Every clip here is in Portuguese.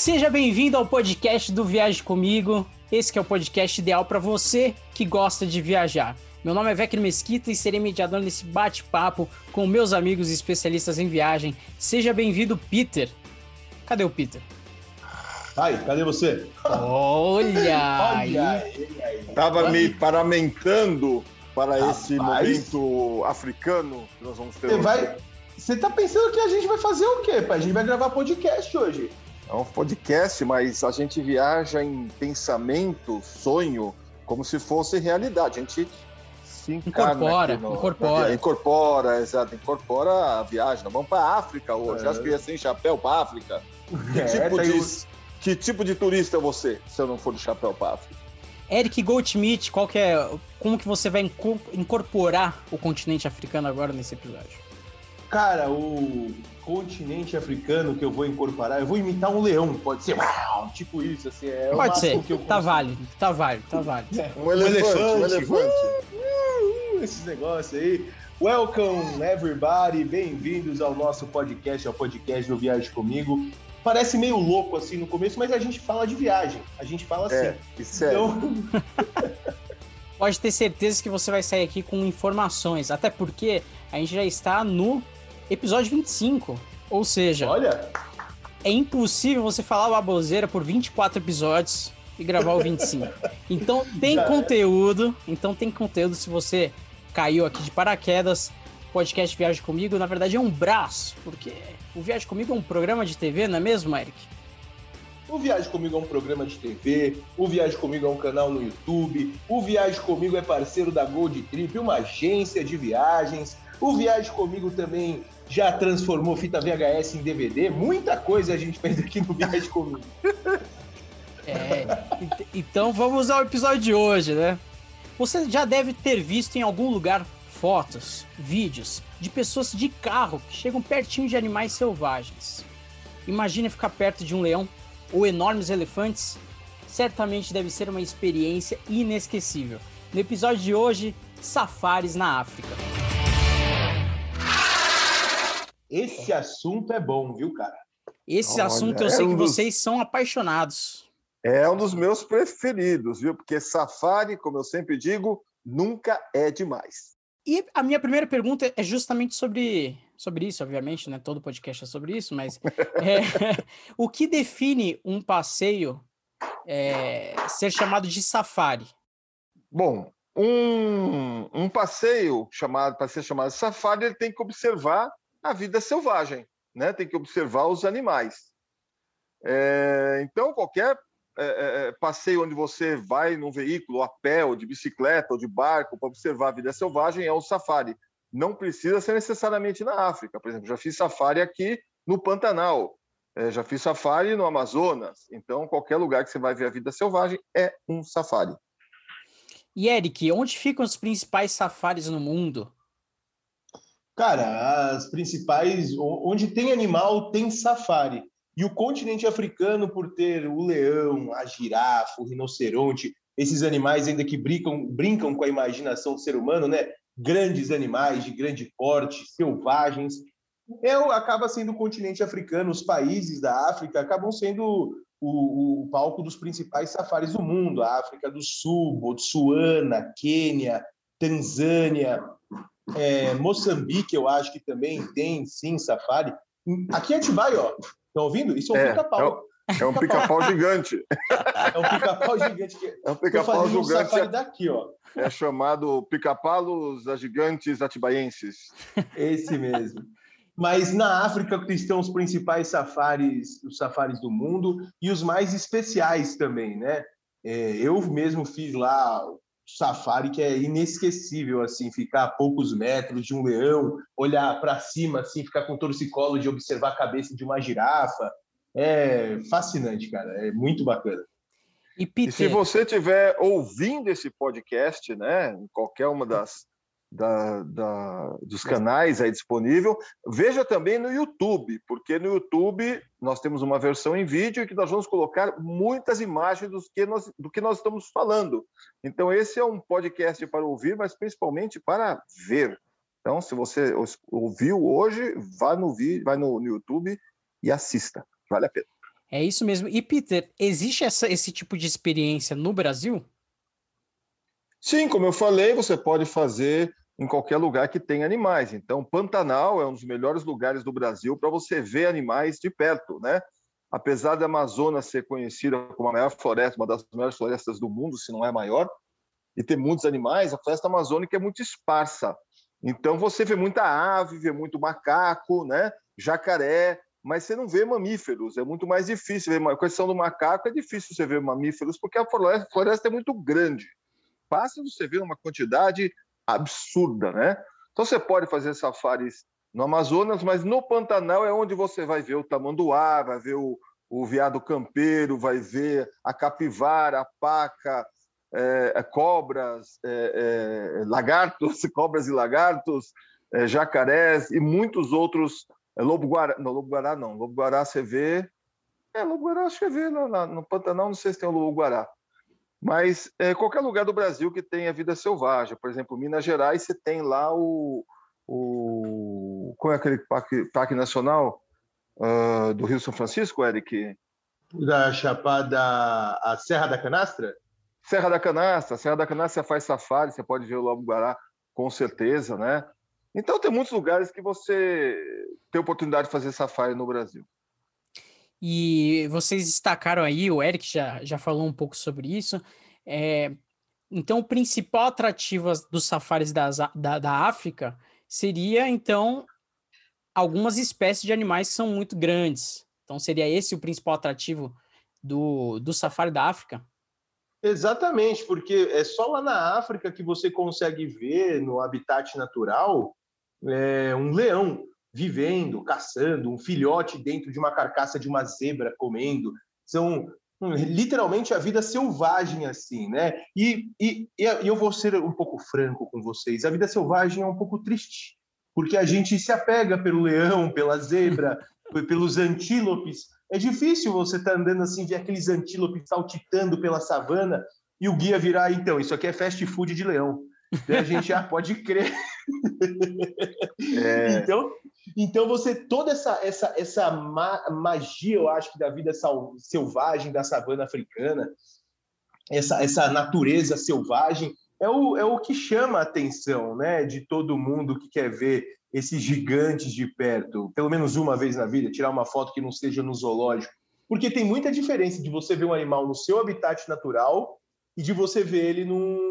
Seja bem-vindo ao podcast do Viaje Comigo. Esse que é o podcast ideal para você que gosta de viajar. Meu nome é Vecchio Mesquita e serei mediador nesse bate-papo com meus amigos especialistas em viagem. Seja bem-vindo, Peter. Cadê o Peter? Ai, cadê você? Olha aí. Tava me paramentando para esse momento africano que nós vamos ter hoje. Você tá pensando que a gente vai fazer o quê, pai? A gente vai gravar podcast hoje. É um podcast, mas a gente viaja em pensamento, sonho, como se fosse realidade. A gente se encarna incorpora a viagem. Nós vamos para a África hoje. Acho que ia sem chapéu para a África. Que tipo de turista é você, se eu não for de chapéu para a África? Eric Goldschmidt, como que você vai incorporar o continente africano agora nesse episódio? Cara, o continente africano que eu vou incorporar, eu vou imitar um leão, pode ser, tipo isso, assim. Pode ser, tá válido. Um elefante. Esses negócios aí. Welcome, everybody, bem-vindos ao nosso podcast, ao podcast do Viaje Comigo. Parece meio louco assim no começo, mas a gente fala de viagem, a gente fala assim. Isso é. Então... Pode ter certeza que você vai sair aqui com informações, até porque a gente já está no episódio 25, ou seja, olha, é impossível você falar baboseira por 24 episódios e gravar o 25. Então tem conteúdo, se você caiu aqui de paraquedas, o podcast Viaje Comigo, na verdade é um braço, porque o Viaje Comigo é um programa de TV, não é mesmo, Eric? O Viaje Comigo é um programa de TV, o Viaje Comigo é um canal no YouTube, o Viaje Comigo é parceiro da Gold Trip, uma agência de viagens, o Viaje Comigo também já transformou fita VHS em DVD, muita coisa a gente fez aqui no Viaje Comigo. Então vamos ao episódio de hoje, né? Você já deve ter visto em algum lugar fotos, vídeos de pessoas de carro que chegam pertinho de animais selvagens. Imagine ficar perto de um leão ou enormes elefantes. Certamente deve ser uma experiência inesquecível. No episódio de hoje, safaris na África. Esse assunto é bom, viu, cara? Esse assunto eu sei que vocês são apaixonados. É um dos meus preferidos, viu? Porque safari, como eu sempre digo, nunca é demais. E a minha primeira pergunta é justamente sobre isso, obviamente, né? Todo podcast é sobre isso, mas o que define um passeio ser chamado de safari? Bom, um passeio para ser chamado de safari, ele tem que observar a vida selvagem, né? Tem que observar os animais. Então, qualquer passeio onde você vai num veículo, a pé, ou de bicicleta, ou de barco, para observar a vida selvagem, é o safari. Não precisa ser necessariamente na África. Por exemplo, já fiz safari aqui no Pantanal, já fiz safari no Amazonas. Então, qualquer lugar que você vai ver a vida selvagem é um safari. E, Eric, onde ficam os principais safaris no mundo? Cara, as principais... Onde tem animal, tem safari. E o continente africano, por ter o leão, a girafa, o rinoceronte, esses animais ainda que brincam com a imaginação do ser humano, né? Grandes animais de grande porte, selvagens. Acaba sendo o continente africano, os países da África acabam sendo o palco dos principais safaris do mundo. A África do Sul, Botsuana, Quênia, Tanzânia, Moçambique, eu acho que também tem, sim, safari. Aqui em Atibaia, ó. Estão ouvindo? Isso é um pica-pau. É um pica-pau gigante. É um pica-pau gigante. É um pica-pau gigante. Safari daqui, ó. É chamado pica-paus gigantes atibaienses. Esse mesmo. Mas na África estão os principais safaris, os safaris do mundo e os mais especiais também, né? Eu mesmo fiz lá o safari que é inesquecível, assim, ficar a poucos metros de um leão, olhar para cima, assim, ficar com torcicolo de observar a cabeça de uma girafa. É fascinante, cara. É muito bacana. E se você estiver ouvindo esse podcast, né, em qualquer uma dos canais aí disponível, veja também no YouTube, porque no YouTube nós temos uma versão em vídeo que nós vamos colocar muitas imagens do que nós estamos falando. Então esse é um podcast para ouvir, mas principalmente para ver. Então, se você ouviu hoje, vá no YouTube e assista. Vale a pena. É isso mesmo. E, Peter, existe esse tipo de experiência no Brasil? Sim, como eu falei, você pode fazer em qualquer lugar que tenha animais. Então, Pantanal é um dos melhores lugares do Brasil para você ver animais de perto, né? Apesar da Amazônia ser conhecida como a maior floresta, uma das maiores florestas do mundo, se não é a maior, e ter muitos animais, a floresta amazônica é muito esparsa. Então, você vê muita ave, vê muito macaco, né? Jacaré, mas você não vê mamíferos. É muito mais difícil ver. Com exceção do macaco, é difícil você ver mamíferos, porque a floresta é muito grande. Pássaros você vê uma quantidade absurda, né? Então você pode fazer safaris no Amazonas, mas no Pantanal é onde você vai ver o tamanduá, vai ver o veado campeiro, vai ver a capivara, a paca, cobras, lagartos, cobras e lagartos, jacarés e muitos outros. Lobo-guará, não, lobo-guará não. Lobo-guará você vê. Lobo-guará acho que vê no Pantanal, não sei se tem o lobo-guará. Mas qualquer lugar do Brasil que tenha vida selvagem, por exemplo, Minas Gerais, você tem lá qual é aquele parque nacional do Rio São Francisco, Eric? Da Chapada, a Serra da Canastra? Serra da Canastra você faz safari, você pode ver o lobo-guará com certeza, né? Então tem muitos lugares que você tem oportunidade de fazer safari no Brasil. E vocês destacaram aí, o Eric já falou um pouco sobre isso. Então, o principal atrativo dos safaris da África seria, então, algumas espécies de animais que são muito grandes. Então, seria esse o principal atrativo do safari da África? Exatamente, porque é só lá na África que você consegue ver, no habitat natural, um leão vivendo, caçando, um filhote dentro de uma carcaça de uma zebra comendo. São literalmente a vida selvagem, assim, né? E eu vou ser um pouco franco com vocês. A vida selvagem é um pouco triste, porque a gente se apega pelo leão, pela zebra, pelos antílopes. É difícil você estar andando assim, ver aqueles antílopes saltitando pela savana e o guia virar, então, isso aqui é fast food de leão. E a gente já pode crer. Então você, toda essa magia, eu acho, que da vida selvagem da savana africana, essa natureza selvagem, é o que chama a atenção, né, de todo mundo que quer ver esses gigantes de perto, pelo menos uma vez na vida, tirar uma foto que não seja no zoológico. Porque tem muita diferença de você ver um animal no seu habitat natural e de você ver ele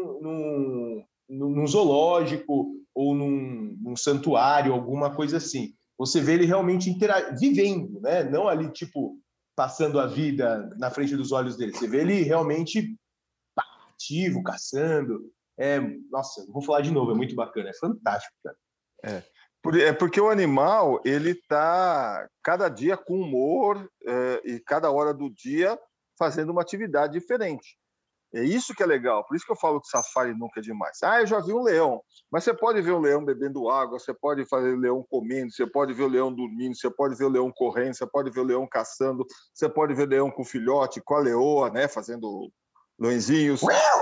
num zoológico ou num santuário, alguma coisa assim. Você vê ele realmente vivendo, né? Não ali, tipo, passando a vida na frente dos olhos dele. Você vê ele realmente ativo, caçando. Nossa, vou falar de novo, é muito bacana, é fantástico, cara. Porque o animal, ele está cada dia com humor e cada hora do dia fazendo uma atividade diferente. É isso que é legal, por isso que eu falo que safari nunca é demais. Eu já vi um leão, mas você pode ver o leão bebendo água, você pode fazer o leão comendo, você pode ver o leão dormindo, você pode ver o leão correndo, você pode ver o leão caçando, você pode ver o leão com o filhote, com a leoa, né, fazendo leõezinhos.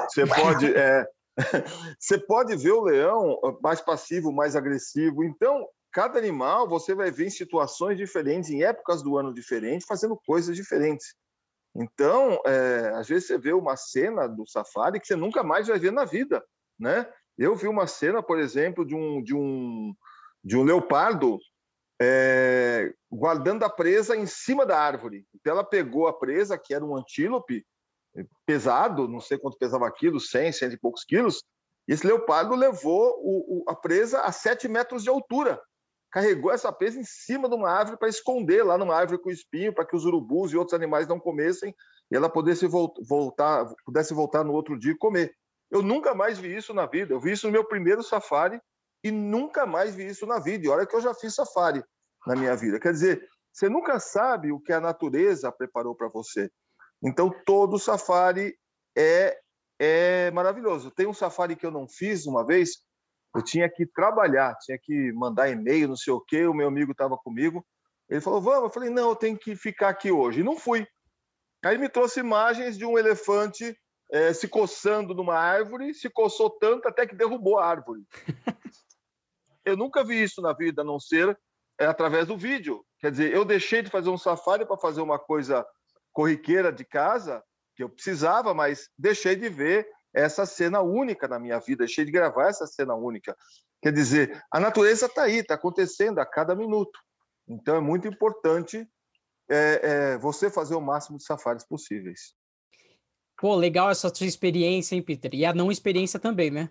Você pode ver o leão mais passivo, mais agressivo. Então, cada animal você vai ver em situações diferentes, em épocas do ano diferentes, fazendo coisas diferentes. Então, às vezes você vê uma cena do safari que você nunca mais vai ver na vida, né? Eu vi uma cena, por exemplo, de um leopardo guardando a presa em cima da árvore. Então, ela pegou a presa, que era um antílope pesado, não sei quanto pesava aquilo, 100 e poucos quilos, e esse leopardo levou a presa a 7 metros de altura. Carregou essa presa em cima de uma árvore para esconder lá numa árvore com espinho, para que os urubus e outros animais não comessem e ela pudesse voltar no outro dia e comer. Eu nunca mais vi isso na vida. Eu vi isso no meu primeiro safari e nunca mais vi isso na vida. E olha que eu já fiz safari na minha vida. Quer dizer, você nunca sabe o que a natureza preparou para você. Então, todo safari é maravilhoso. Tem um safari que eu não fiz uma vez. Eu tinha que trabalhar, tinha que mandar e-mail, não sei o quê. O meu amigo estava comigo. Ele falou, vamos. Eu falei, não, eu tenho que ficar aqui hoje. E não fui. Aí me trouxe imagens de um elefante se coçando numa árvore, se coçou tanto até que derrubou a árvore. Eu nunca vi isso na vida, a não ser através do vídeo. Quer dizer, eu deixei de fazer um safari para fazer uma coisa corriqueira de casa, que eu precisava, mas deixei de ver essa cena única na minha vida, deixei de gravar essa cena única. Quer dizer, a natureza está aí, está acontecendo a cada minuto. Então, é muito importante você fazer o máximo de safaris possíveis. Pô, legal essa sua experiência, hein, Peter? E a não experiência também, né?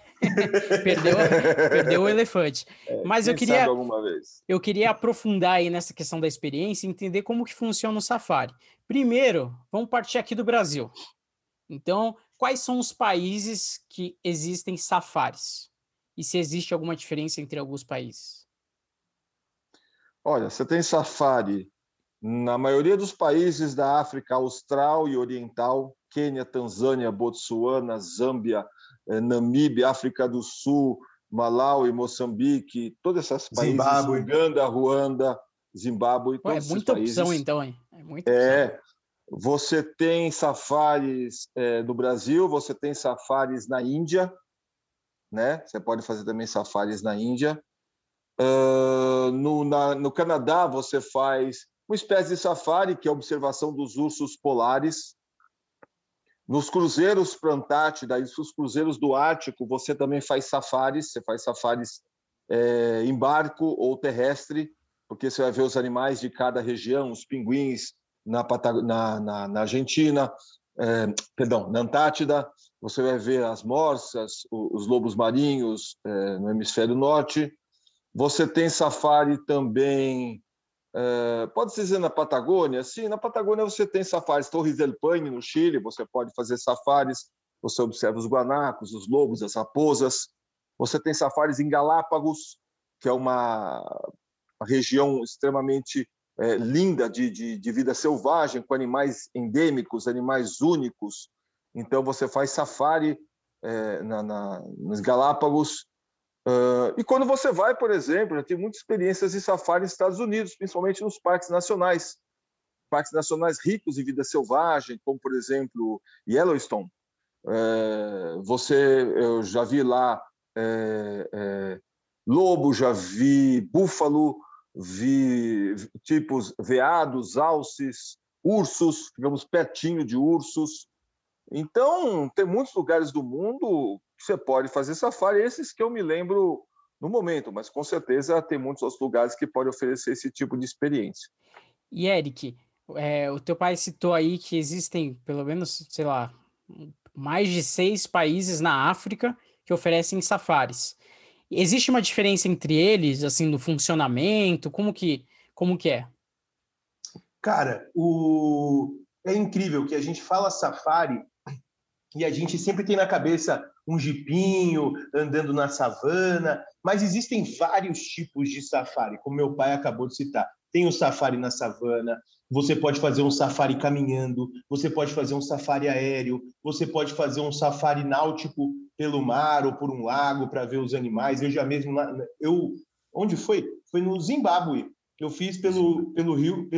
perdeu o elefante. Mas eu queria aprofundar aí nessa questão da experiência e entender como que funciona o safari. Primeiro, vamos partir aqui do Brasil. Então, quais são os países que existem safaris? E se existe alguma diferença entre alguns países? Olha, você tem safari na maioria dos países da África Austral e Oriental, Quênia, Tanzânia, Botsuana, Zâmbia, Namíbia, África do Sul, Malaui, Moçambique, todos esses países, Zimbábue. Uganda, Ruanda, Zimbábue, todos esses países. É muita opção, então, hein? É muita opção. Você tem safaris no Brasil, você tem safaris na Índia, né? Você pode fazer também safaris na Índia. No Canadá, você faz uma espécie de safari, que é a observação dos ursos polares. Nos cruzeiros para a Antártida e nos cruzeiros do Ártico, você também faz safaris. Você faz safaris em barco ou terrestre, porque você vai ver os animais de cada região, os pinguins na Argentina, na Antártida. Você vai ver as morsas, os lobos marinhos no hemisfério norte. Você tem safari também, pode-se dizer na Patagônia? Sim, na Patagônia você tem safaris. Torres del Paine, no Chile, você pode fazer safaris. Você observa os guanacos, os lobos, as raposas. Você tem safaris em Galápagos, que é uma região extremamente linda de vida selvagem, com animais endêmicos, animais únicos. Então, você faz safari nos Galápagos. E quando você vai, por exemplo, eu tive muitas experiências de safari nos Estados Unidos, principalmente nos parques nacionais ricos em vida selvagem, como, por exemplo, Yellowstone. Eu já vi lá lobo, já vi búfalo, vi tipos veados, alces, ursos, ficamos pertinho de ursos. Então, tem muitos lugares do mundo que você pode fazer safari, esses que eu me lembro no momento, mas com certeza tem muitos outros lugares que podem oferecer esse tipo de experiência. E, Eric, o teu pai citou aí que existem, pelo menos, sei lá, mais de 6 países na África que oferecem safaris. Existe uma diferença entre eles, assim, no funcionamento? Como que é? Cara, é incrível que a gente fala safari e a gente sempre tem na cabeça um jipinho andando na savana, mas existem vários tipos de safari, como meu pai acabou de citar. Tem o safari na savana, você pode fazer um safari caminhando, você pode fazer um safari aéreo, você pode fazer um safari náutico pelo mar ou por um lago para ver os animais. Eu já mesmo... Onde foi? Foi no Zimbábue. Eu fiz pelo rio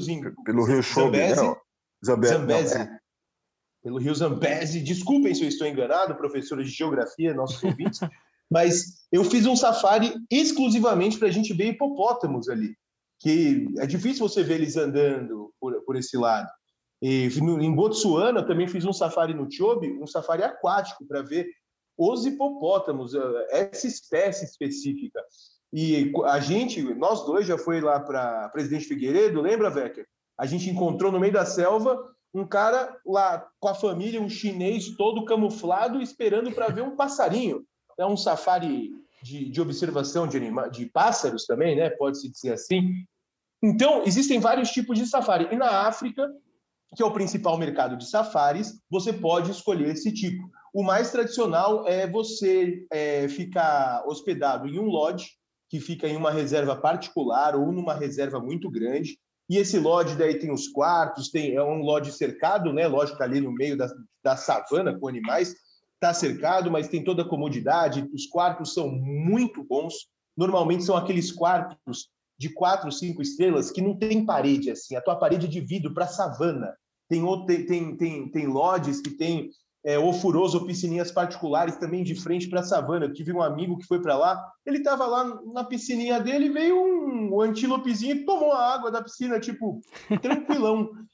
Zambezi. Pelo rio Zambezi. Desculpem se eu estou enganado, professores de geografia, nossos ouvintes, mas eu fiz um safari exclusivamente para a gente ver hipopótamos ali, que é difícil você ver eles andando por esse lado. E em Botsuana eu também fiz um safari no Chobe, um safari aquático para ver os hipopótamos, essa espécie específica. E nós dois já foi lá para Presidente Figueiredo, lembra, Wecker? A gente encontrou no meio da selva um cara lá com a família, um chinês todo camuflado, esperando para ver um passarinho. É um safari de observação de pássaros também, né? Pode-se dizer assim. Então, existem vários tipos de safari. E na África, que é o principal mercado de safaris, você pode escolher esse tipo. O mais tradicional é você ficar hospedado em um lodge, que fica em uma reserva particular ou numa reserva muito grande. E esse lodge daí tem os quartos, é um lodge cercado, né? Lógico, ali no meio da savana com animais, está cercado, mas tem toda a comodidade. Os quartos são muito bons. Normalmente são aqueles quartos de 4, 5 estrelas que não tem parede, assim. A tua parede é de vidro para savana. Tem lodges que tem ofurôs ou piscininhas particulares também de frente para a savana. Eu tive um amigo que foi para lá, ele estava lá na piscininha dele, veio um antílopezinho e tomou a água da piscina, tipo, tranquilão.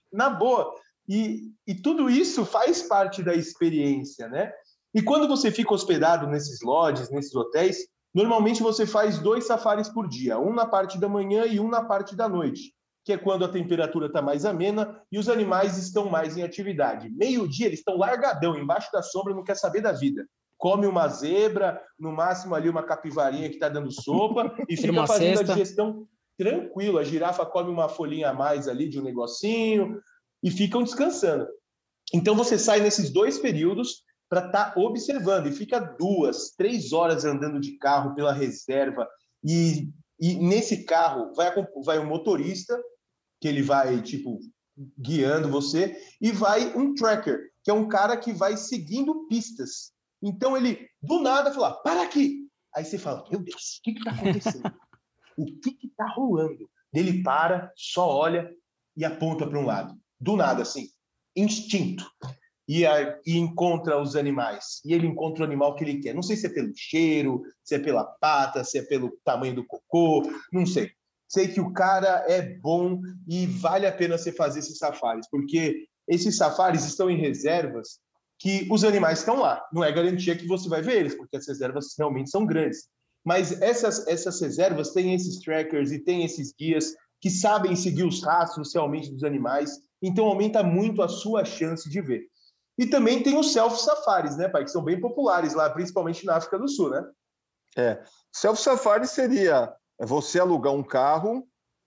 na boa. E tudo isso faz parte da experiência, né? E quando você fica hospedado nesses lodges, nesses hotéis, normalmente você faz 2 safaris por dia, um na parte da manhã e um na parte da noite, que é quando a temperatura está mais amena e os animais estão mais em atividade. Meio-dia, eles estão largadão, embaixo da sombra, não quer saber da vida. Come uma zebra, no máximo ali uma capivarinha que está dando sopa e fica fazendo a digestão tranquilo. A girafa come uma folhinha a mais ali de um negocinho e ficam descansando. Então você sai nesses 2 períodos para estar observando e fica 2, 3 horas andando de carro pela reserva e nesse carro vai um motorista que ele vai tipo guiando você e vai um tracker, que é um cara que vai seguindo pistas. Então ele do nada fala: para aqui. Aí você fala: meu Deus, o que está acontecendo? O que está rolando? Ele para, só olha e aponta para um lado. Do nada, assim, instinto. E encontra os animais. E ele encontra o animal que ele quer. Não sei se é pelo cheiro, se é pela pata, se é pelo tamanho do cocô, não sei. Sei que o cara é bom e vale a pena você fazer esses safaris, porque esses safaris estão em reservas que os animais estão lá. Não é garantia que você vai ver eles, porque as reservas realmente são grandes. Mas essas reservas têm esses trackers e têm esses guias que sabem seguir os rastros realmente dos animais, então aumenta muito a sua chance de ver. E também tem os self-safaris, né, pai? Que são bem populares lá, principalmente na África do Sul, né? Self-safari seria você alugar um carro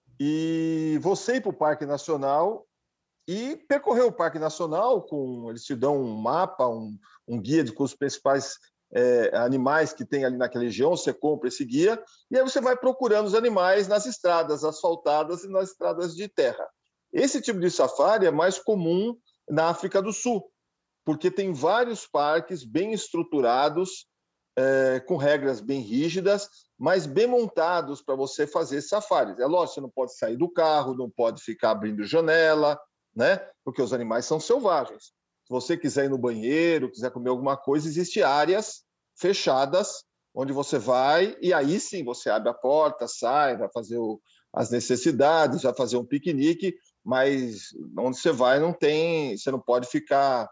e você ir para o Parque Nacional e percorrer o Parque Nacional, eles te dão um mapa, um guia com os principais animais que tem ali naquela região, você compra esse guia e aí você vai procurando os animais nas estradas asfaltadas e nas estradas de terra. Esse tipo de safari é mais comum na África do Sul, porque tem vários parques bem estruturados, com regras bem rígidas, mas bem montados para você fazer safaris. É lógico, você não pode sair do carro, não pode ficar abrindo janela, né? Porque os animais são selvagens. Se você quiser ir no banheiro, quiser comer alguma coisa, existem áreas fechadas onde você vai e aí sim você abre a porta, sai, vai fazer as necessidades, vai fazer um piquenique, mas onde você vai você não pode ficar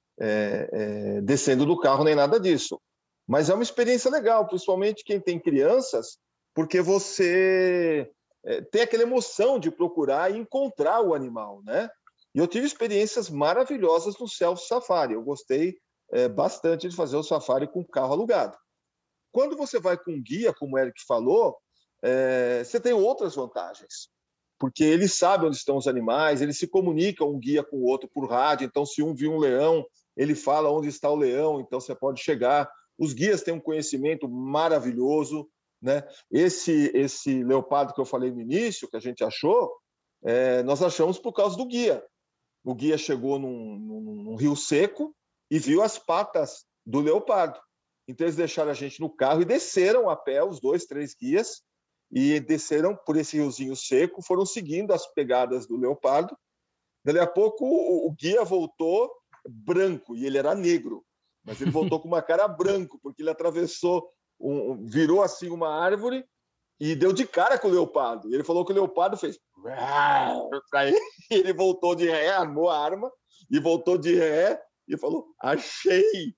descendo do carro nem nada disso. Mas é uma experiência legal, principalmente quem tem crianças, porque você tem aquela emoção de procurar e encontrar o animal, né? E eu tive experiências maravilhosas no self-safari. Eu gostei bastante de fazer o safari com carro alugado. Quando você vai com guia, como o Eric falou, você tem outras vantagens, porque ele sabe onde estão os animais, ele se comunica um guia com o outro por rádio, então se um viu um leão, ele fala onde está o leão, então você pode chegar. Os guias têm um conhecimento maravilhoso, né? Esse leopardo que eu falei no início, que a gente achou, nós achamos por causa do guia. O guia chegou num rio seco e viu as patas do leopardo. Então eles deixaram a gente no carro e desceram a pé, os 2, 3 guias, e desceram por esse riozinho seco, foram seguindo as pegadas do leopardo. Dali a pouco o guia voltou branco, e ele era negro, mas ele voltou com uma cara branco, porque ele atravessou, virou assim uma árvore e deu de cara com o leopardo. E ele falou que o leopardo fez... Aí ele voltou de ré, armou a arma, e voltou de ré e falou, achei!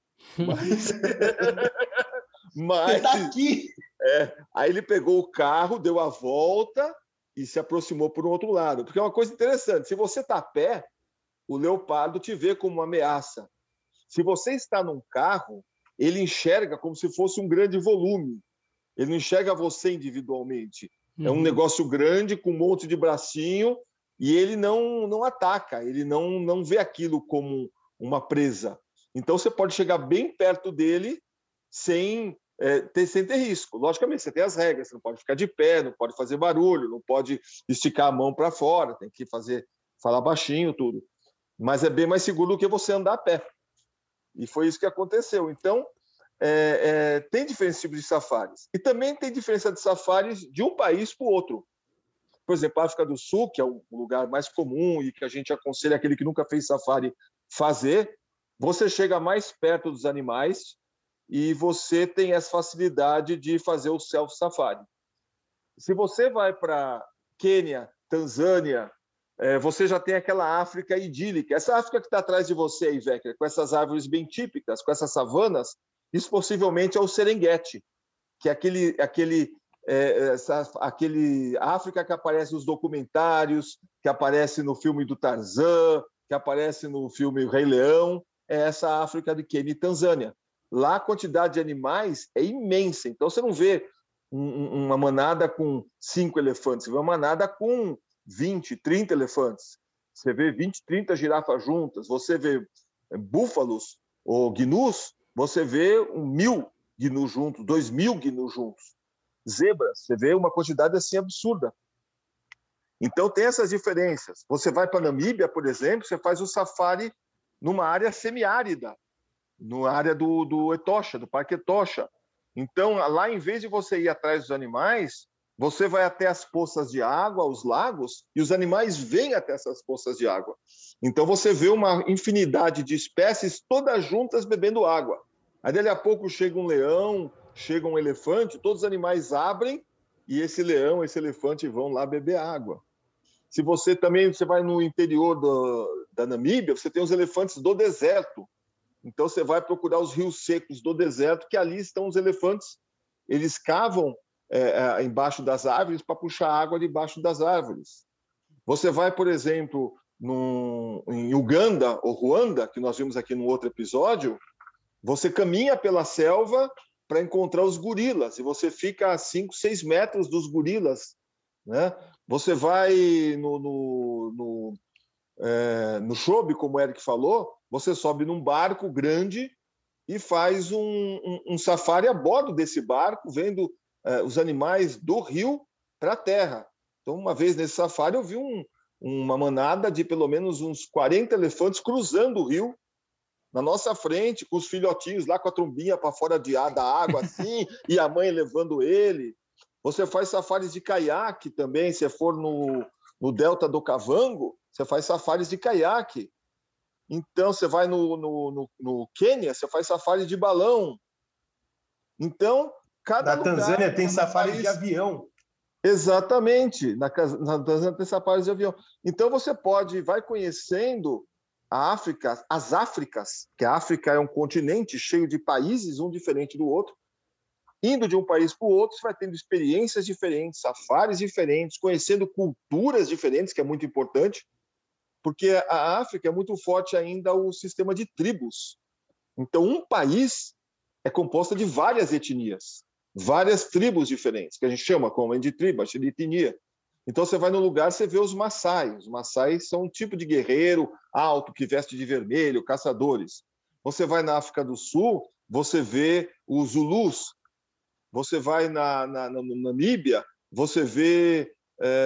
Mas tá aqui! Aí ele pegou o carro, deu a volta e se aproximou por um outro lado. Porque é uma coisa interessante, se você está a pé, o leopardo te vê como uma ameaça. Se você está num carro, ele enxerga como se fosse um grande volume. Ele não enxerga você individualmente. É um negócio grande, com um monte de bracinho, e ele não ataca, ele não vê aquilo como uma presa. Então, você pode chegar bem perto dele sem ter risco. Logicamente, você tem as regras, você não pode ficar de pé, não pode fazer barulho, não pode esticar a mão para fora, tem que falar baixinho, tudo. Mas é bem mais seguro do que você andar a pé. E foi isso que aconteceu. Então, tem diferentes tipos de safaris. E também tem diferença de safaris de um país para o outro. Por exemplo, a África do Sul, que é o lugar mais comum e que a gente aconselha aquele que nunca fez safari fazer, você chega mais perto dos animais e você tem essa facilidade de fazer o self-safari. Se você vai para Quênia, Tanzânia, você já tem aquela África idílica. Essa África que está atrás de você aí, Wecker, com essas árvores bem típicas, com essas savanas, isso possivelmente é o Serengeti, que é aquele África que aparece nos documentários, que aparece no filme do Tarzan, que aparece no filme O Rei Leão, é essa África de Quênia e Tanzânia. Lá a quantidade de animais é imensa, então você não vê uma manada com 5 elefantes, você vê uma manada com 20, 30 elefantes. Você vê 20, 30 girafas juntas, você vê búfalos ou gnus, você vê 1.000 gnus juntos, 2.000 gnus juntos. Zebras, você vê uma quantidade assim absurda. Então tem essas diferenças. Você vai para a Namíbia, por exemplo, você faz o safari numa área semiárida, na área do Etosha, do Parque Etosha. Então, lá, em vez de você ir atrás dos animais, você vai até as poças de água, os lagos, e os animais vêm até essas poças de água. Então, você vê uma infinidade de espécies todas juntas bebendo água. Aí, dali a pouco, chega um leão, chega um elefante, todos os animais abrem e esse leão, esse elefante vão lá beber água. Se você vai no interior da Namíbia, você tem os elefantes do deserto. Então, você vai procurar os rios secos do deserto, que ali estão os elefantes. Eles cavam embaixo das árvores para puxar água debaixo das árvores. Você vai, por exemplo, em Uganda ou Ruanda, que nós vimos aqui no outro episódio, você caminha pela selva para encontrar os gorilas, e você fica a 5, 6 metros dos gorilas, né? Você vai no Chobe, como o Eric falou, você sobe num barco grande e faz um safari a bordo desse barco, vendo os animais do rio para a terra. Então, uma vez nesse safari, eu vi uma manada de pelo menos uns 40 elefantes cruzando o rio na nossa frente, com os filhotinhos lá com a trombinha para fora da água, assim, e a mãe levando ele. Você faz safaris de caiaque também, se for no delta do Okavango, você faz safaris de caiaque. Então, você vai no Quênia, você faz safari de balão. Então, cada lugar... Na Tanzânia tem safari de avião. Exatamente. Na Tanzânia tem safari de avião. Então, você vai conhecendo a África, as Áfricas, que a África é um continente cheio de países, um diferente do outro. Indo de um país para o outro, você vai tendo experiências diferentes, safaris diferentes, conhecendo culturas diferentes, que é muito importante, porque a África é muito forte ainda o sistema de tribos. Então, um país é composto de várias etnias, várias tribos diferentes, que a gente chama como de tribo, de etnia. Então, você vai no lugar, você vê os Maasai. Os Maasai são um tipo de guerreiro alto, que veste de vermelho, caçadores. Você vai na África do Sul, você vê os Zulus. Você vai na Namíbia, você vê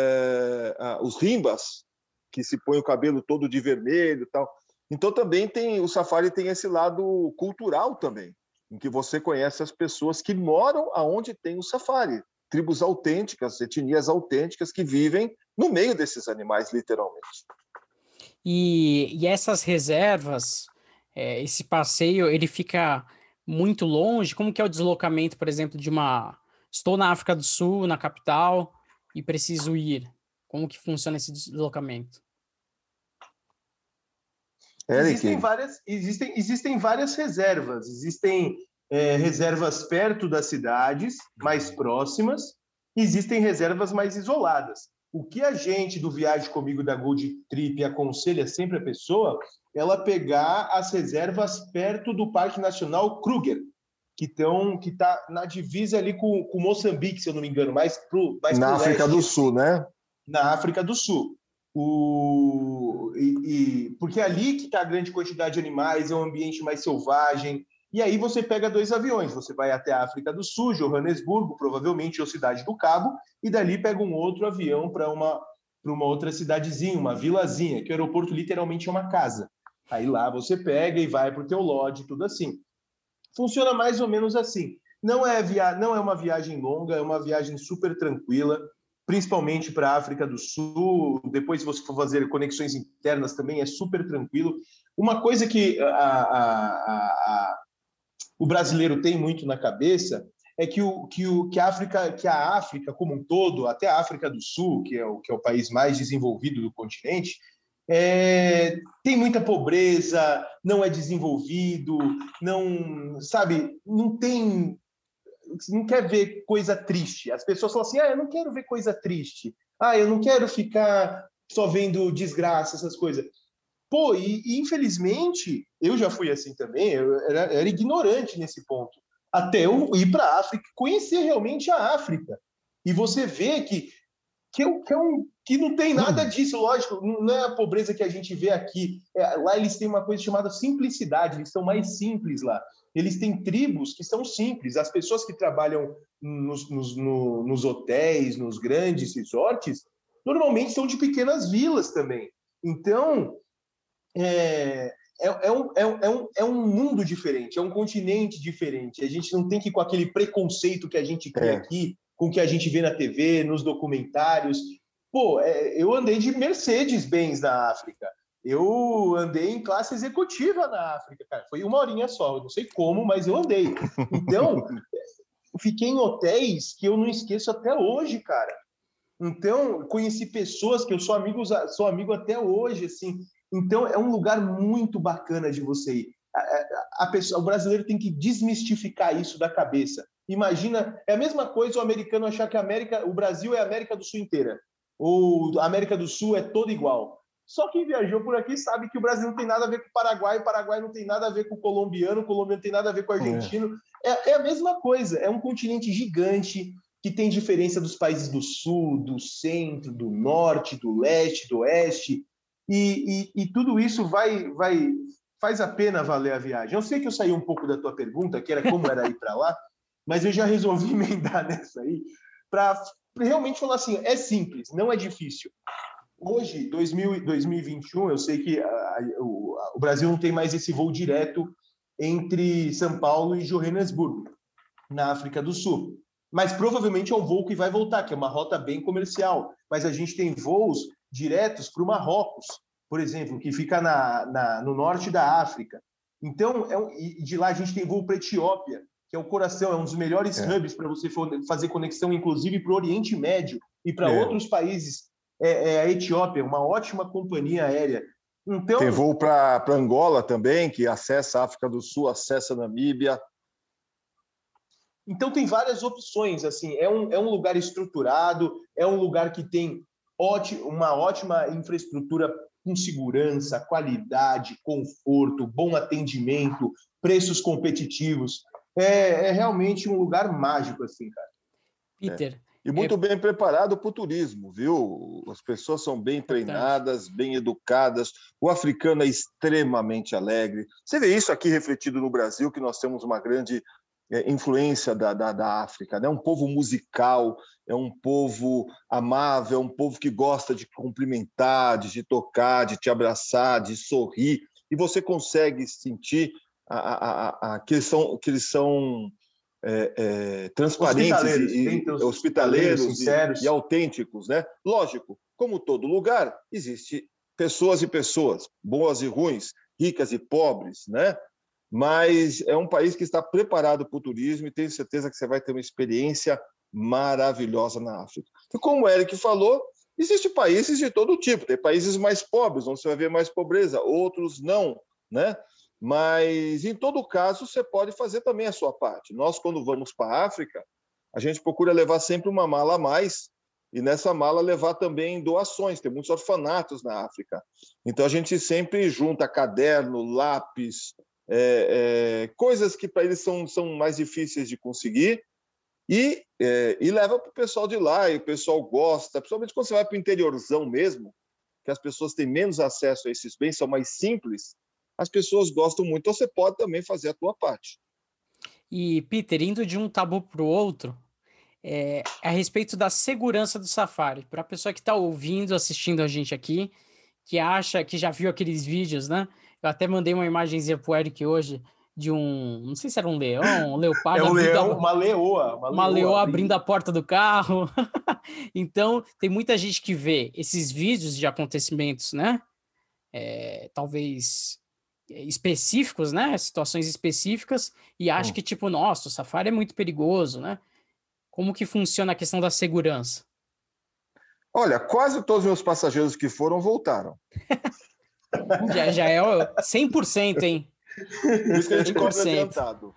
os Rimbas, que se põe o cabelo todo de vermelho e tal. Então, também o safari tem esse lado cultural também, em que você conhece as pessoas que moram aonde tem o safari. Tribos autênticas, etnias autênticas que vivem no meio desses animais, literalmente. E essas reservas, esse passeio, ele fica muito longe? Como que é o deslocamento, por exemplo, Estou na África do Sul, na capital, e preciso ir. Como que funciona esse deslocamento? Existem várias reservas. Existem reservas perto das cidades, mais próximas. Existem reservas mais isoladas. O que a gente do Viagem Comigo da Gold Trip aconselha sempre a pessoa, ela pegar as reservas perto do Parque Nacional Kruger, que está na divisa ali com Moçambique, se eu não me engano, mais na África do Sul, né? Na África do Sul. Porque é ali que está a grande quantidade de animais, é um ambiente mais selvagem. E aí você pega 2 aviões, você vai até a África do Sul, Joanesburgo, provavelmente, ou Cidade do Cabo, e dali pega um outro avião para uma outra cidadezinha, uma vilazinha, que o aeroporto literalmente é uma casa. Aí lá você pega e vai para o teu lodge, tudo assim. Funciona mais ou menos assim. Não é uma viagem longa, é uma viagem super tranquila, principalmente para a África do Sul. Depois, se você for fazer conexões internas também, é super tranquilo. Uma coisa que o brasileiro tem muito na cabeça que a África como um todo, até a África do Sul, que é o país mais desenvolvido do continente, tem muita pobreza, não é desenvolvido, não, sabe, não quer ver coisa triste. As pessoas falam assim, eu não quero ver coisa triste. Eu não quero ficar só vendo desgraça, essas coisas. Pô, e infelizmente, eu já fui assim também, eu era ignorante nesse ponto. Até eu ir para a África, conhecer realmente a África. E você vê que não tem nada disso, lógico, não é a pobreza que a gente vê aqui. Lá eles têm uma coisa chamada simplicidade, eles são mais simples lá. Eles têm tribos que são simples. As pessoas que trabalham nos hotéis, nos grandes resorts, normalmente são de pequenas vilas também. Então, é um mundo diferente, é um continente diferente. A gente não tem que ir com aquele preconceito que a gente cria aqui, com o que a gente vê na TV, nos documentários. Pô, eu andei de Mercedes-Benz na África. Eu andei em classe executiva na África, cara. Foi 1 horinha só, eu não sei como, mas eu andei. Então, fiquei em hotéis que eu não esqueço até hoje, cara. Então, conheci pessoas que eu sou amigo até hoje, assim. Então, é um lugar muito bacana de você ir. O brasileiro tem que desmistificar isso da cabeça. Imagina, é a mesma coisa o americano achar que o Brasil é a América do Sul inteira. Ou a América do Sul é toda igual. Só quem viajou por aqui sabe que o Brasil não tem nada a ver com o Paraguai não tem nada a ver com o colombiano não tem nada a ver com o argentino. É a mesma coisa, é um continente gigante que tem diferença dos países do Sul, do Centro, do Norte, do Leste, do Oeste, e tudo isso faz a pena valer a viagem. Eu sei que eu saí um pouco da tua pergunta, que era como era ir para lá, mas eu já resolvi emendar nessa aí, para realmente falar assim, é simples, não é difícil. Hoje, 2021, eu sei que o Brasil não tem mais esse voo direto entre São Paulo e Joanesburgo, na África do Sul. Mas provavelmente é um voo que vai voltar, que é uma rota bem comercial. Mas a gente tem voos diretos para o Marrocos, por exemplo, que fica no norte da África. Então, de lá a gente tem voo para a Etiópia, que é o coração, é um dos melhores hubs para você fazer conexão, inclusive para o Oriente Médio e para outros países. A Etiópia, uma ótima companhia aérea. Então, tem voo para Angola também, que acessa a África do Sul, acessa a Namíbia. Então, tem várias opções. Assim, é um lugar estruturado, é um lugar que tem uma ótima infraestrutura com segurança, qualidade, conforto, bom atendimento, preços competitivos. É realmente um lugar mágico, assim, cara. Peter. E muito bem preparado para o turismo, viu? As pessoas são bem treinadas, bem educadas. O africano é extremamente alegre. Você vê isso aqui refletido no Brasil, que nós temos uma grande influência da África, né? Um povo musical, é um povo amável, é um povo que gosta de cumprimentar, de te tocar, de te abraçar, de sorrir. E você consegue sentir que eles são transparentes e hospitaleiros sinceros e autênticos, né? Lógico, como todo lugar, existe pessoas e pessoas, boas e ruins, ricas e pobres, né? Mas é um país que está preparado para o turismo e tenho certeza que você vai ter uma experiência maravilhosa na África. E como o Eric falou, existem países de todo tipo, tem países mais pobres, onde você vai ver mais pobreza, outros não, né? Mas, em todo caso, você pode fazer também a sua parte. Nós, quando vamos para a África, a gente procura levar sempre uma mala a mais e nessa mala levar também doações. Tem muitos orfanatos na África. Então, a gente sempre junta caderno, lápis, coisas que para eles são mais difíceis de conseguir e leva para o pessoal de lá, e o pessoal gosta, principalmente quando você vai para o interiorzão mesmo, que as pessoas têm menos acesso a esses bens, são mais simples, as pessoas gostam muito, então você pode também fazer a tua parte. E, Peter, indo de um tabu para o outro, a respeito da segurança do safari, para a pessoa que está ouvindo, assistindo a gente aqui, que acha que já viu aqueles vídeos, né? Eu até mandei uma imagenzinha pro Eric hoje de não sei se era um leão, um leopardo. Uma leoa. Uma leoa abrindo a porta do carro. Então, tem muita gente que vê esses vídeos de acontecimentos, né? Talvez específicos, né? Situações específicas e acha que, tipo, nossa, o safari é muito perigoso, né? Como que funciona a questão da segurança? Olha, quase todos os meus passageiros que foram voltaram. Já é 100%, hein? Por isso que a gente cobra adiantado.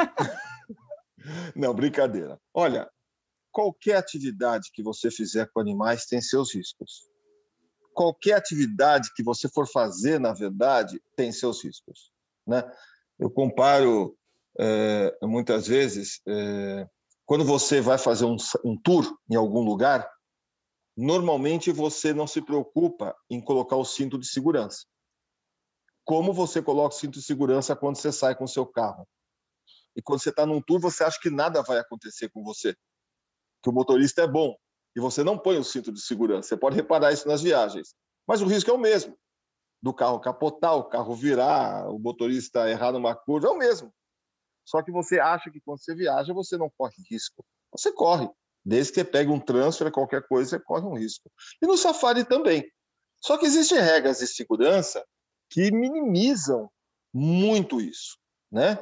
Não, brincadeira. Olha, qualquer atividade que você fizer com animais tem seus riscos. Qualquer atividade que você for fazer, na verdade, tem seus riscos, né? Eu comparo, muitas vezes, quando você vai fazer um tour em algum lugar, normalmente você não se preocupa em colocar o cinto de segurança. Como você coloca o cinto de segurança quando você sai com o seu carro? E quando você está num tour, você acha que nada vai acontecer com você, que o motorista é bom, e você não põe o cinto de segurança. Você pode reparar isso nas viagens. Mas o risco é o mesmo. Do carro capotar, o carro virar, o motorista errar numa curva, é o mesmo. Só que você acha que quando você viaja, você não corre risco. Você corre. Desde que você pegue um transfer, qualquer coisa, você corre um risco. E no safari também. Só que existem regras de segurança que minimizam muito isso, né?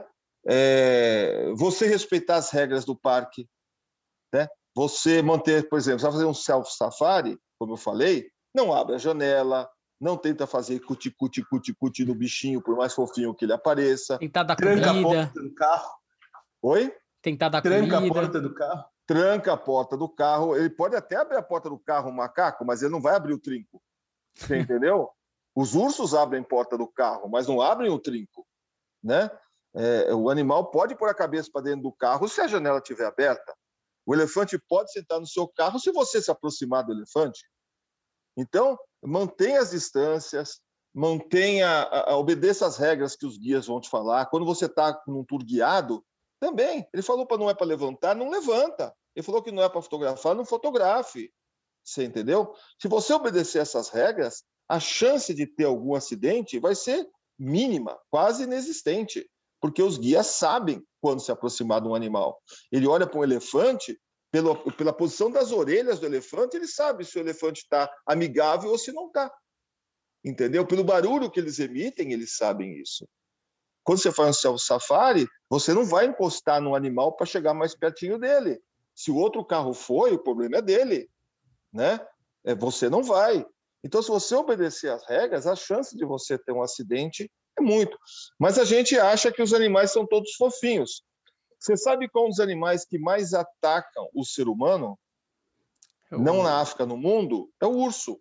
Você respeitar as regras do parque, né? Você manter, por exemplo, você vai fazer um self-safari, como eu falei, não abre a janela, não tenta fazer cuti-cuti no bichinho, por mais fofinho que ele apareça. Tentar dar Tranca comida. a porta do carro. Oi? Tentar dar Tranca comida. a porta do carro. Tranca a porta do carro. Ele pode até abrir a porta do carro, um macaco, mas ele não vai abrir o trinco. Você entendeu? Os ursos abrem a porta do carro, mas não abrem o trinco, né? O animal pode pôr a cabeça para dentro do carro se a janela estiver aberta. O elefante pode sentar no seu carro se você se aproximar do elefante. Então, mantenha as distâncias, obedeça as regras que os guias vão te falar. Quando você está num tour guiado, também. Ele falou para não é para levantar, não levanta. Ele falou que não é para fotografar, não fotografe. Você entendeu? Se você obedecer essas regras, a chance de ter algum acidente vai ser mínima, quase inexistente, porque os guias sabem quando se aproximar de um animal. Ele olha para um elefante, pela posição das orelhas do elefante, ele sabe se o elefante está amigável ou se não está. Entendeu? Pelo barulho que eles emitem, eles sabem isso. Quando você faz um safari, você não vai encostar no animal para chegar mais pertinho dele. Se o outro carro foi, o problema é dele, né? Você não vai. Então, se você obedecer às regras, a chance de você ter um acidente é muito. Mas a gente acha que os animais são todos fofinhos. Você sabe qual os animais que mais atacam o ser humano? Não na África, no mundo? É o urso.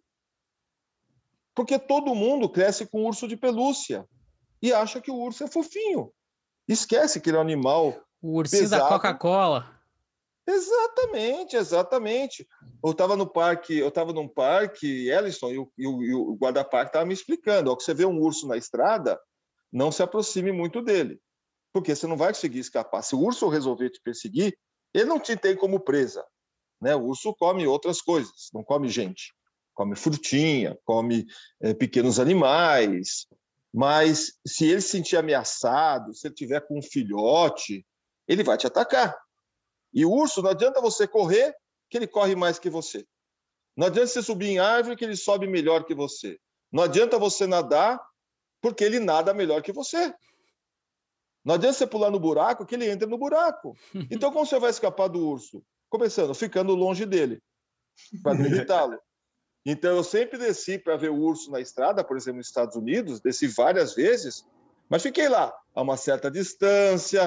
Porque todo mundo cresce com urso de pelúcia e acha que o urso é fofinho. Esquece que ele é um animal o ursinho pesado. Da Coca-Cola. Exatamente, exatamente. Eu estava num parque, Ellison, e o guarda-parque estava me explicando. Ó, que você vê um urso na estrada, não se aproxime muito dele, porque você não vai conseguir escapar. Se o urso resolver te perseguir, ele não te tem como presa, né? O urso come outras coisas, não come gente. Come frutinha, come pequenos animais. Mas se ele se sentir ameaçado, se ele tiver com um filhote, ele vai te atacar. E o urso, não adianta você correr, que ele corre mais que você. Não adianta você subir em árvore, que ele sobe melhor que você. Não adianta você nadar, porque ele nada melhor que você. Não adianta você pular no buraco, que ele entra no buraco. Então, como você vai escapar do urso? Começando, ficando longe dele, para não irritá-lo. Então, eu sempre desci para ver o urso na estrada, por exemplo, nos Estados Unidos, desci várias vezes, mas fiquei lá, a uma certa distância,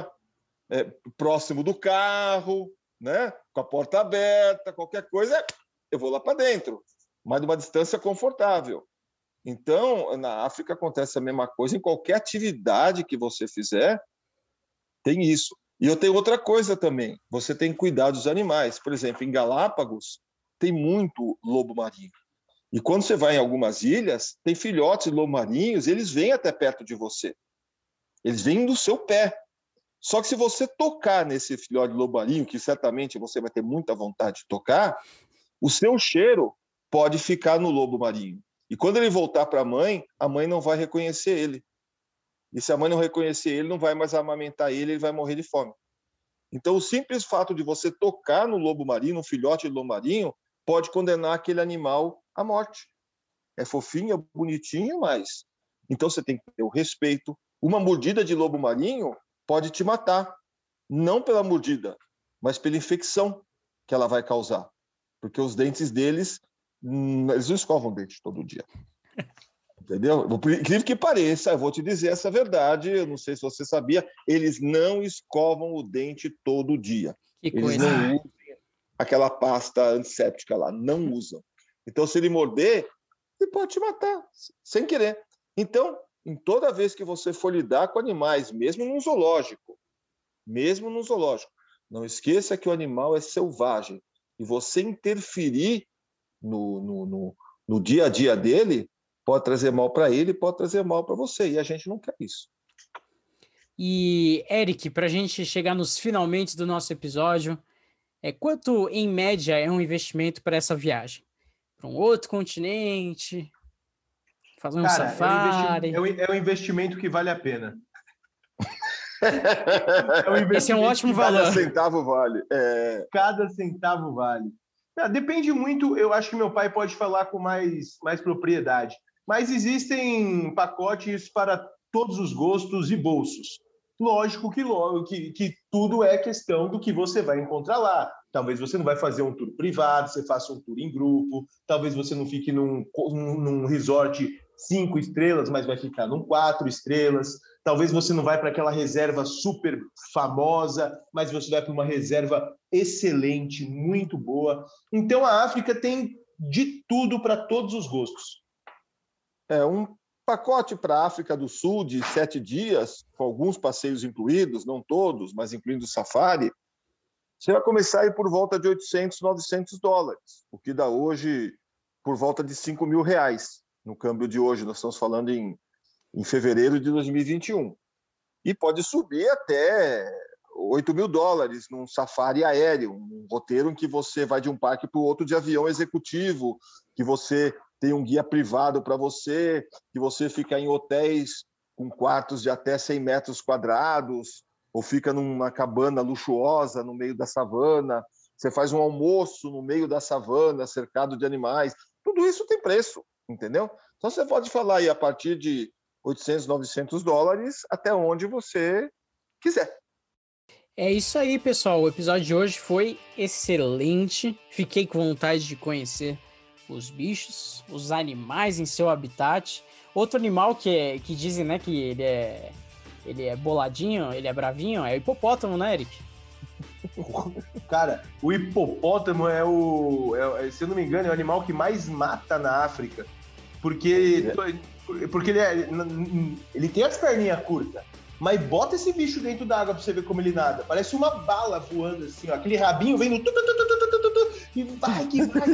próximo do carro, né? Com a porta aberta, qualquer coisa, eu vou lá para dentro, mas de uma distância confortável. Então, na África acontece a mesma coisa, em qualquer atividade que você fizer, tem isso. E eu tenho outra coisa também, você tem que cuidar dos animais. Por exemplo, em Galápagos, tem muito lobo marinho. E quando você vai em algumas ilhas, tem filhotes de lobo marinhos, eles vêm até perto de você. Eles vêm do seu pé. Só que se você tocar nesse filhote de lobo marinho, que certamente você vai ter muita vontade de tocar, o seu cheiro pode ficar no lobo marinho. E quando ele voltar para a mãe não vai reconhecer ele. E se a mãe não reconhecer ele, não vai mais amamentar ele vai morrer de fome. Então, o simples fato de você tocar no lobo marinho, um filhote de lobo marinho, pode condenar aquele animal à morte. É fofinho, é bonitinho, mas Então você tem que ter o respeito. Uma mordida de lobo marinho pode te matar, não pela mordida, mas pela infecção que ela vai causar. Porque os dentes deles, eles não escovam o dente todo dia. Entendeu? Por incrível que pareça, eu vou te dizer essa verdade, eu não sei se você sabia, eles não escovam o dente todo dia. Que eles coisa. Não usam aquela pasta antisséptica lá, não usam. Então, se ele morder, ele pode te matar, sem querer. Então, em toda vez que você for lidar com animais, mesmo num zoológico, não esqueça que o animal é selvagem. E você interferir no dia a dia dele pode trazer mal para ele, pode trazer mal para você. E a gente não quer isso. E, Eric, para a gente chegar nos finalmente do nosso episódio, quanto, em média, é um investimento para essa viagem? Para um outro continente? Fazer um safari? É um investimento que vale a pena. Esse é um ótimo valor. Cada centavo vale. Cada centavo vale. Depende muito, eu acho que meu pai pode falar com mais propriedade. Mas existem pacotes para todos os gostos e bolsos. Lógico que tudo é questão do que você vai encontrar lá. Talvez você não vai fazer um tour privado, você faça um tour em grupo. Talvez você não fique num resort 5 estrelas, mas vai ficar num 4 estrelas. Talvez você não vai para aquela reserva super famosa, mas você vai para uma reserva excelente, muito boa. Então a África tem de tudo para todos os gostos. Um pacote para a África do Sul de 7 dias, com alguns passeios incluídos, não todos, mas incluindo o safari, você vai começar a ir por volta de $800, $900, o que dá hoje por volta de R$5.000 no câmbio de hoje. Nós estamos falando em fevereiro de 2021. E pode subir até $8.000 num safari aéreo, um roteiro em que você vai de um parque para o outro de avião executivo, que você tem um guia privado para você, que você fica em hotéis com quartos de até 100 metros quadrados, ou fica numa cabana luxuosa no meio da savana, você faz um almoço no meio da savana, cercado de animais. Tudo isso tem preço, entendeu? Então você pode falar aí a partir de $800, $900 até onde você quiser. É isso aí, pessoal. O episódio de hoje foi excelente. Fiquei com vontade de conhecer os bichos, os animais em seu habitat. Outro animal que dizem, né, que ele é boladinho, ele é bravinho, é o hipopótamo, né, Eric? Cara, o hipopótamo se eu não me engano, é o animal que mais mata na África. Porque ele tem as perninhas curtas, mas bota esse bicho dentro da água pra você ver como ele nada. Parece uma bala voando assim, ó. Aquele rabinho vem no e vai que vai.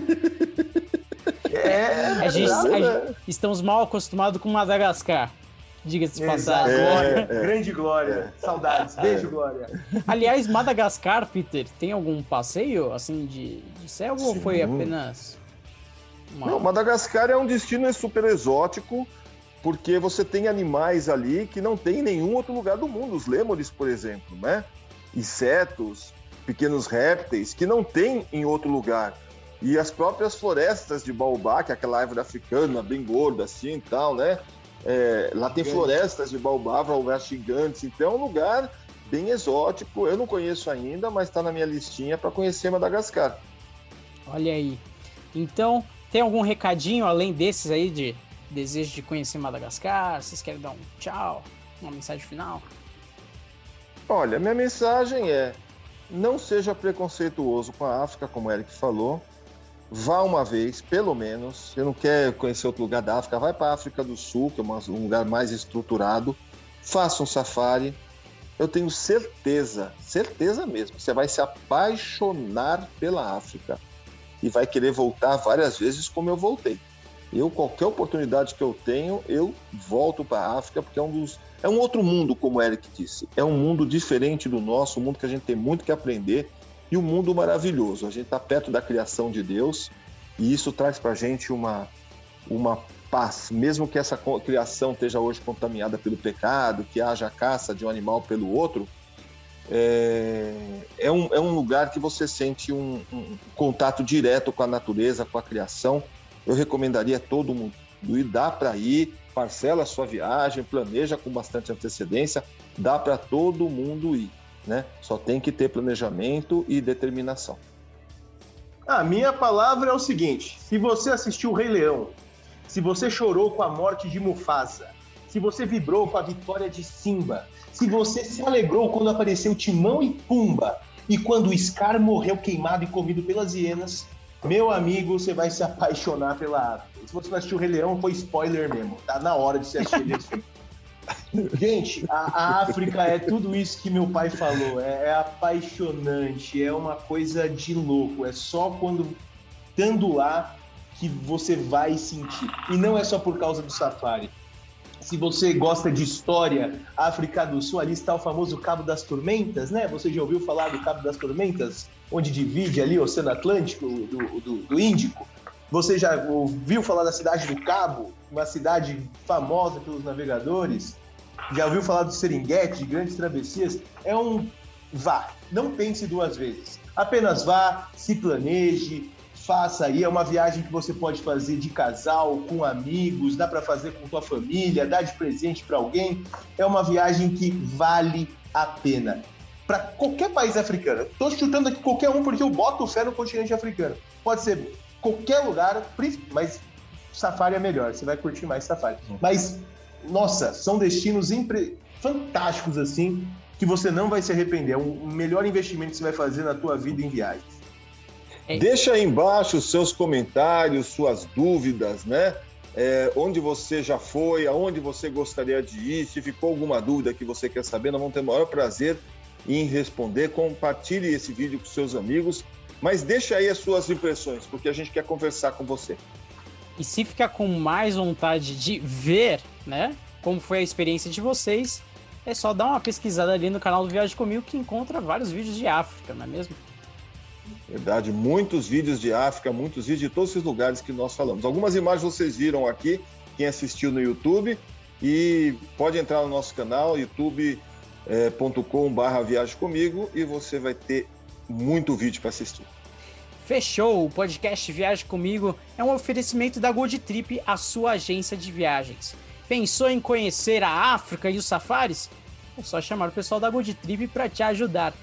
Estamos mal acostumados com Madagascar. Diga-se de passagem. Grande Glória. Saudades. Beijo, Glória. Aliás, Madagascar, Peter, tem algum passeio assim de selva ou foi apenas... Não, Madagascar é um destino super exótico, porque você tem animais ali que não tem em nenhum outro lugar do mundo. Os lêmures, por exemplo, né? Insetos, pequenos répteis, que não tem em outro lugar. E as próprias florestas de baobá, que é aquela árvore africana, bem gorda assim e tal, né? Lá tem florestas de baobá gigantes, então é um lugar bem exótico. Eu não conheço ainda, mas está na minha listinha para conhecer Madagascar. Olha aí. Então, tem algum recadinho além desses aí de desejo de conhecer Madagascar? Vocês querem dar um tchau? Uma mensagem final? Olha, minha mensagem é: não seja preconceituoso com a África, como o Eric falou. Vá uma vez, pelo menos. Você não quer conhecer outro lugar da África, vai para a África do Sul, que é um lugar mais estruturado. Faça um safari. Eu tenho certeza mesmo, você vai se apaixonar pela África e vai querer voltar várias vezes como eu voltei. Qualquer oportunidade que eu tenho, eu volto para a África, porque é um outro mundo, como o Eric disse. É um mundo diferente do nosso, um mundo que a gente tem muito que aprender. E um mundo maravilhoso. A gente está perto da criação de Deus e isso traz para a gente uma paz. Mesmo que essa criação esteja hoje contaminada pelo pecado, que haja caça de um animal pelo outro, é um lugar que você sente um contato direto com a natureza, com a criação. Eu recomendaria a todo mundo ir, dá para ir. parcela a sua viagem, planeja com bastante antecedência, dá para todo mundo ir, né? Só tem que ter planejamento e determinação. A minha palavra é o seguinte: se você assistiu o Rei Leão, se você chorou com a morte de Mufasa, se você vibrou com a vitória de Simba, se você se alegrou quando apareceu Timão e Pumba e quando o Scar morreu queimado e comido pelas hienas, meu amigo, você vai se apaixonar pela África. Se você não assistiu o Rei Leão, foi spoiler mesmo. Tá na hora de você assistir esse filme. Gente, a África é tudo isso que meu pai falou. É apaixonante, é uma coisa de louco. É só quando estando lá que você vai sentir. E não é só por causa do safari. Se você gosta de história, África do Sul, ali está o famoso Cabo das Tormentas, né? Você já ouviu falar do Cabo das Tormentas? Onde divide ali o Oceano Atlântico do Índico? Você já ouviu falar da cidade do Cabo? Uma cidade famosa pelos navegadores? Já ouviu falar do Serengeti, de grandes travessias? Vá, não pense duas vezes. Apenas vá, se planeje, faça aí. É uma viagem que você pode fazer de casal, com amigos, dá para fazer com tua família, dar de presente para alguém. É uma viagem que vale a pena. Para qualquer país africano. Estou chutando aqui qualquer um porque eu boto fé no continente africano. Pode ser qualquer lugar, mas safari é melhor, você vai curtir mais safari. Mas, nossa, são destinos fantásticos assim, que você não vai se arrepender. É o melhor investimento que você vai fazer na tua vida em viagens. Deixa aí embaixo os seus comentários, suas dúvidas, né? Onde você já foi, aonde você gostaria de ir, se ficou alguma dúvida que você quer saber, nós vamos ter o maior prazer em responder. Compartilhe esse vídeo com seus amigos, mas deixa aí as suas impressões, porque a gente quer conversar com você. E se ficar com mais vontade de ver, né, como foi a experiência de vocês, é só dar uma pesquisada ali no canal do Viagem Comigo, que encontra vários vídeos de África, não é mesmo? Verdade, muitos vídeos de África, muitos vídeos de todos esses lugares que nós falamos. Algumas imagens vocês viram aqui, quem assistiu no YouTube, e pode entrar no nosso canal, youtube.com/Viagem Comigo, e você vai ter muito vídeo para assistir. Fechou! O podcast Viagem Comigo é um oferecimento da Gold Trip, a sua agência de viagens. Pensou em conhecer a África e os safaris? É só chamar o pessoal da Gold Trip para te ajudar.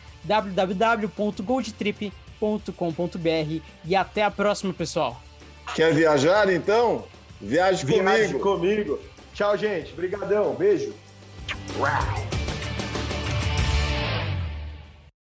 www.goldtrip.com.br e até a próxima, pessoal. Quer viajar, então? Viaje comigo. Viaje comigo. Tchau, gente. Obrigadão. Beijo. Uau.